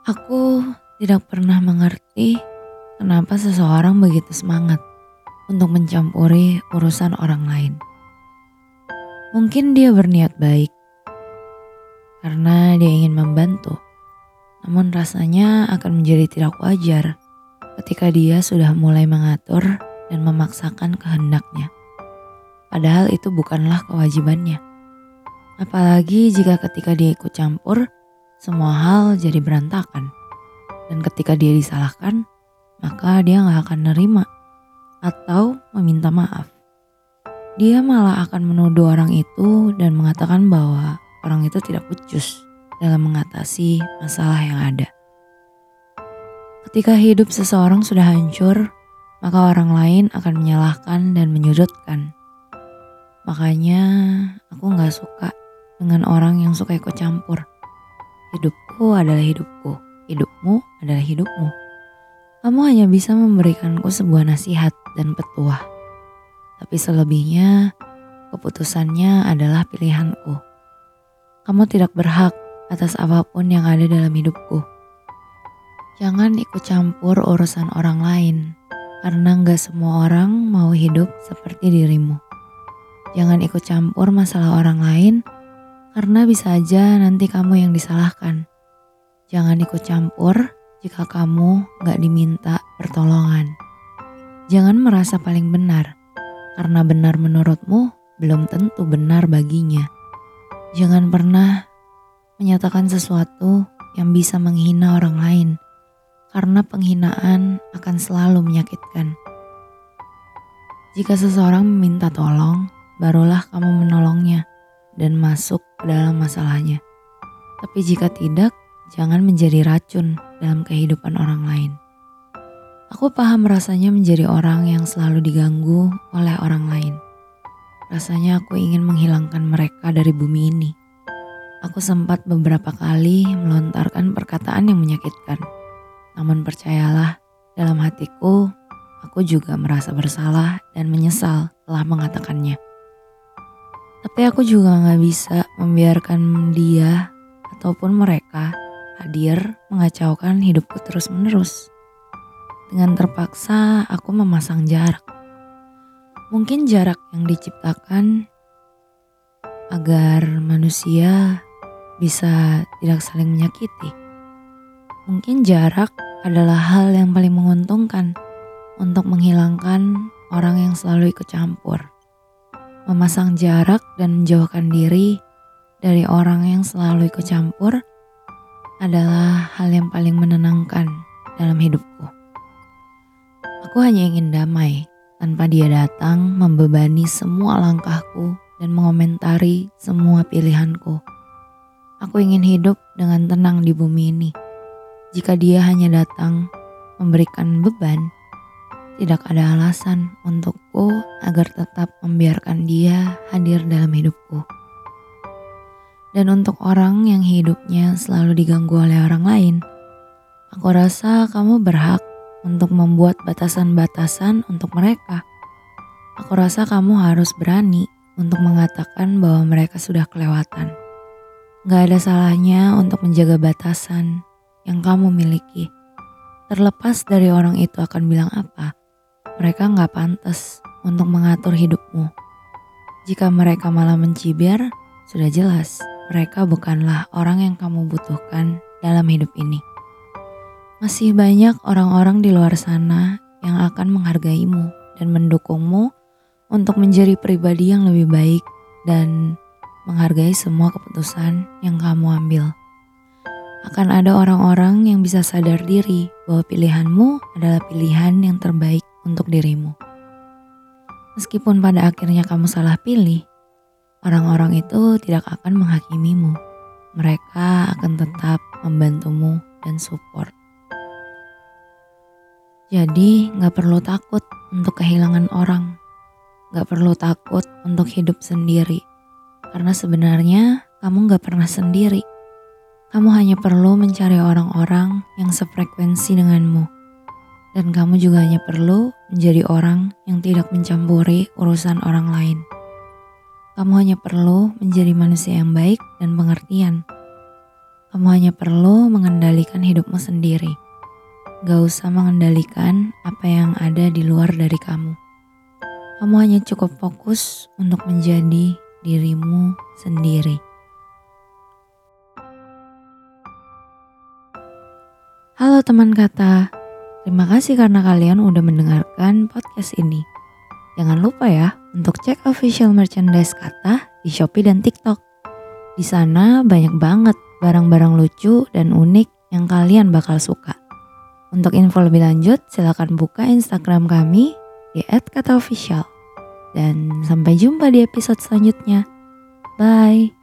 Aku tidak pernah mengerti kenapa seseorang begitu semangat untuk mencampuri urusan orang lain. Mungkin dia berniat baik karena dia ingin membantu, namun rasanya akan menjadi tidak wajar ketika dia sudah mulai mengatur dan memaksakan kehendaknya. Padahal itu bukanlah kewajibannya. Apalagi jika ketika dia ikut campur, semua hal jadi berantakan. Dan ketika dia disalahkan, maka dia gak akan nerima atau meminta maaf. Dia malah akan menuduh orang itu dan mengatakan bahwa orang itu tidak becus dalam mengatasi masalah yang ada. Ketika hidup seseorang sudah hancur, maka orang lain akan menyalahkan dan menyudutkan. Makanya aku gak suka dengan orang yang suka ikut campur. Hidupku adalah hidupku, hidupmu adalah hidupmu. Kamu hanya bisa memberikanku sebuah nasihat dan petuah. Tapi selebihnya, keputusannya adalah pilihanku. Kamu tidak berhak atas apapun yang ada dalam hidupku. Jangan ikut campur urusan orang lain, karena gak semua orang mau hidup seperti dirimu. Jangan ikut campur masalah orang lain, karena bisa aja nanti kamu yang disalahkan. Jangan ikut campur jika kamu gak diminta pertolongan. Jangan merasa paling benar, karena benar menurutmu belum tentu benar baginya. Jangan pernah menyatakan sesuatu yang bisa menghina orang lain, karena penghinaan akan selalu menyakitkan. Jika seseorang meminta tolong, barulah kamu menolongnya dan masuk ke dalam masalahnya. Tapi jika tidak, jangan menjadi racun dalam kehidupan orang lain. Aku paham rasanya menjadi orang yang selalu diganggu oleh orang lain. Rasanya aku ingin menghilangkan mereka dari bumi ini. Aku sempat beberapa kali melontarkan perkataan yang menyakitkan. Namun percayalah, dalam hatiku, aku juga merasa bersalah dan menyesal telah mengatakannya. Tapi aku juga gak bisa membiarkan dia ataupun mereka hadir mengacaukan hidupku terus-menerus. Dengan terpaksa aku memasang jarak. Mungkin jarak yang diciptakan agar manusia bisa tidak saling menyakiti. Mungkin jarak adalah hal yang paling menguntungkan untuk menghilangkan orang yang selalu ikut campur. Memasang jarak dan menjauhkan diri dari orang yang selalu ikut campur adalah hal yang paling menenangkan dalam hidupku. Aku hanya ingin damai tanpa dia datang membebani semua langkahku dan mengomentari semua pilihanku. Aku ingin hidup dengan tenang di bumi ini. Jika dia hanya datang memberikan beban, tidak ada alasan untukku agar tetap membiarkan dia hadir dalam hidupku. Dan untuk orang yang hidupnya selalu diganggu oleh orang lain, aku rasa kamu berhak untuk membuat batasan-batasan untuk mereka. Aku rasa kamu harus berani untuk mengatakan bahwa mereka sudah kelewatan. Gak ada salahnya untuk menjaga batasan yang kamu miliki. Terlepas dari orang itu akan bilang apa, mereka gak pantas untuk mengatur hidupmu. Jika mereka malah mencibir, sudah jelas mereka bukanlah orang yang kamu butuhkan dalam hidup ini. Masih banyak orang-orang di luar sana yang akan menghargaimu dan mendukungmu untuk menjadi pribadi yang lebih baik dan menghargai semua keputusan yang kamu ambil. Akan ada orang-orang yang bisa sadar diri bahwa pilihanmu adalah pilihan yang terbaik untuk dirimu. Meskipun pada akhirnya kamu salah pilih, orang-orang itu tidak akan menghakimimu. Mereka akan tetap membantumu dan support. Jadi gak perlu takut untuk kehilangan orang. Gak perlu takut untuk hidup sendiri. Karena sebenarnya kamu gak pernah sendiri. Kamu hanya perlu mencari orang-orang yang sefrekuensi denganmu. Dan kamu juga hanya perlu menjadi orang yang tidak mencampuri urusan orang lain. Kamu hanya perlu menjadi manusia yang baik dan pengertian. Kamu hanya perlu mengendalikan hidupmu sendiri. Gak usah mengendalikan apa yang ada di luar dari kamu. Kamu hanya cukup fokus untuk menjadi dirimu sendiri. Halo teman kata, terima kasih karena kalian udah mendengarkan podcast ini. Jangan lupa ya untuk cek official merchandise kata di Shopee dan TikTok. Di sana banyak banget barang-barang lucu dan unik yang kalian bakal suka. Untuk info lebih lanjut silakan buka Instagram kami di @kataofficial. Dan sampai jumpa di episode selanjutnya. Bye.